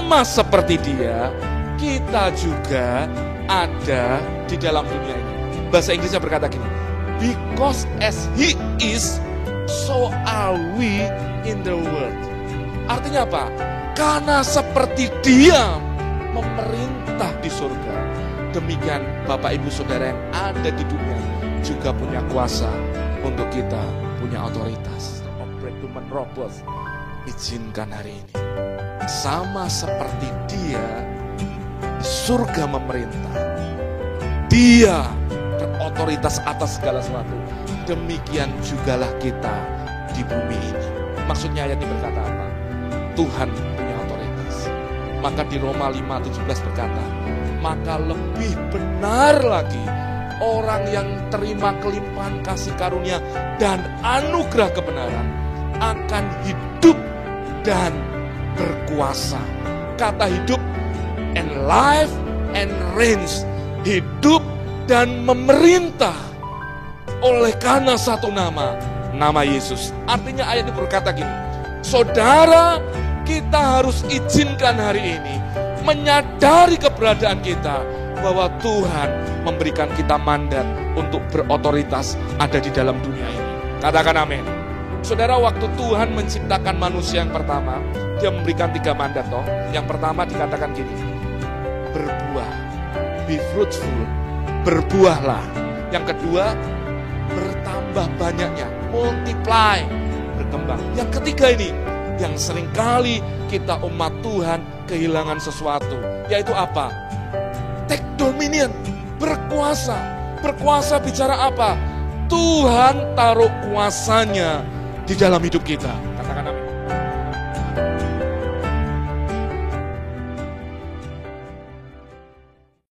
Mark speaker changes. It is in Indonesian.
Speaker 1: sama seperti Dia, kita juga ada di dalam dunia ini. Bahasa Inggrisnya berkata gini, because as He is, so are we in the world. Artinya apa? Karena seperti Dia memerintah di surga, demikian Bapak Ibu Saudara yang ada di dunia juga punya kuasa untuk kita punya otoritas. Operate to menerobos. Izinkan hari ini, sama seperti Dia di surga memerintah, Dia berotoritas atas segala sesuatu, demikian jugalah kita di bumi ini. Maksudnya ayat ini berkata apa? Tuhan punya otoritas. Maka di Roma 5:17 berkata, maka lebih benar lagi orang yang terima kelimpahan kasih karunia dan anugerah kebenaran akan hidup dan berkuasa. Kata hidup, and life and reigns, hidup dan memerintah oleh karena satu nama, nama Yesus. Artinya ayat ini berkata gini, saudara, kita harus izinkan hari ini menyadari keberadaan kita, bahwa Tuhan memberikan kita mandat untuk berotoritas ada di dalam dunia ini. Katakan amin. Saudara, waktu Tuhan menciptakan manusia yang pertama, Dia memberikan 3 mandat toh. Yang pertama dikatakan gini, berbuah, be fruitful, berbuahlah. Yang kedua, bertambah banyaknya, multiply, berkembang. Yang ketiga ini, yang seringkali kita umat Tuhan kehilangan sesuatu, yaitu apa? Take dominion, berkuasa. Berkuasa bicara apa? Tuhan taruh kuasanya di dalam hidup kita.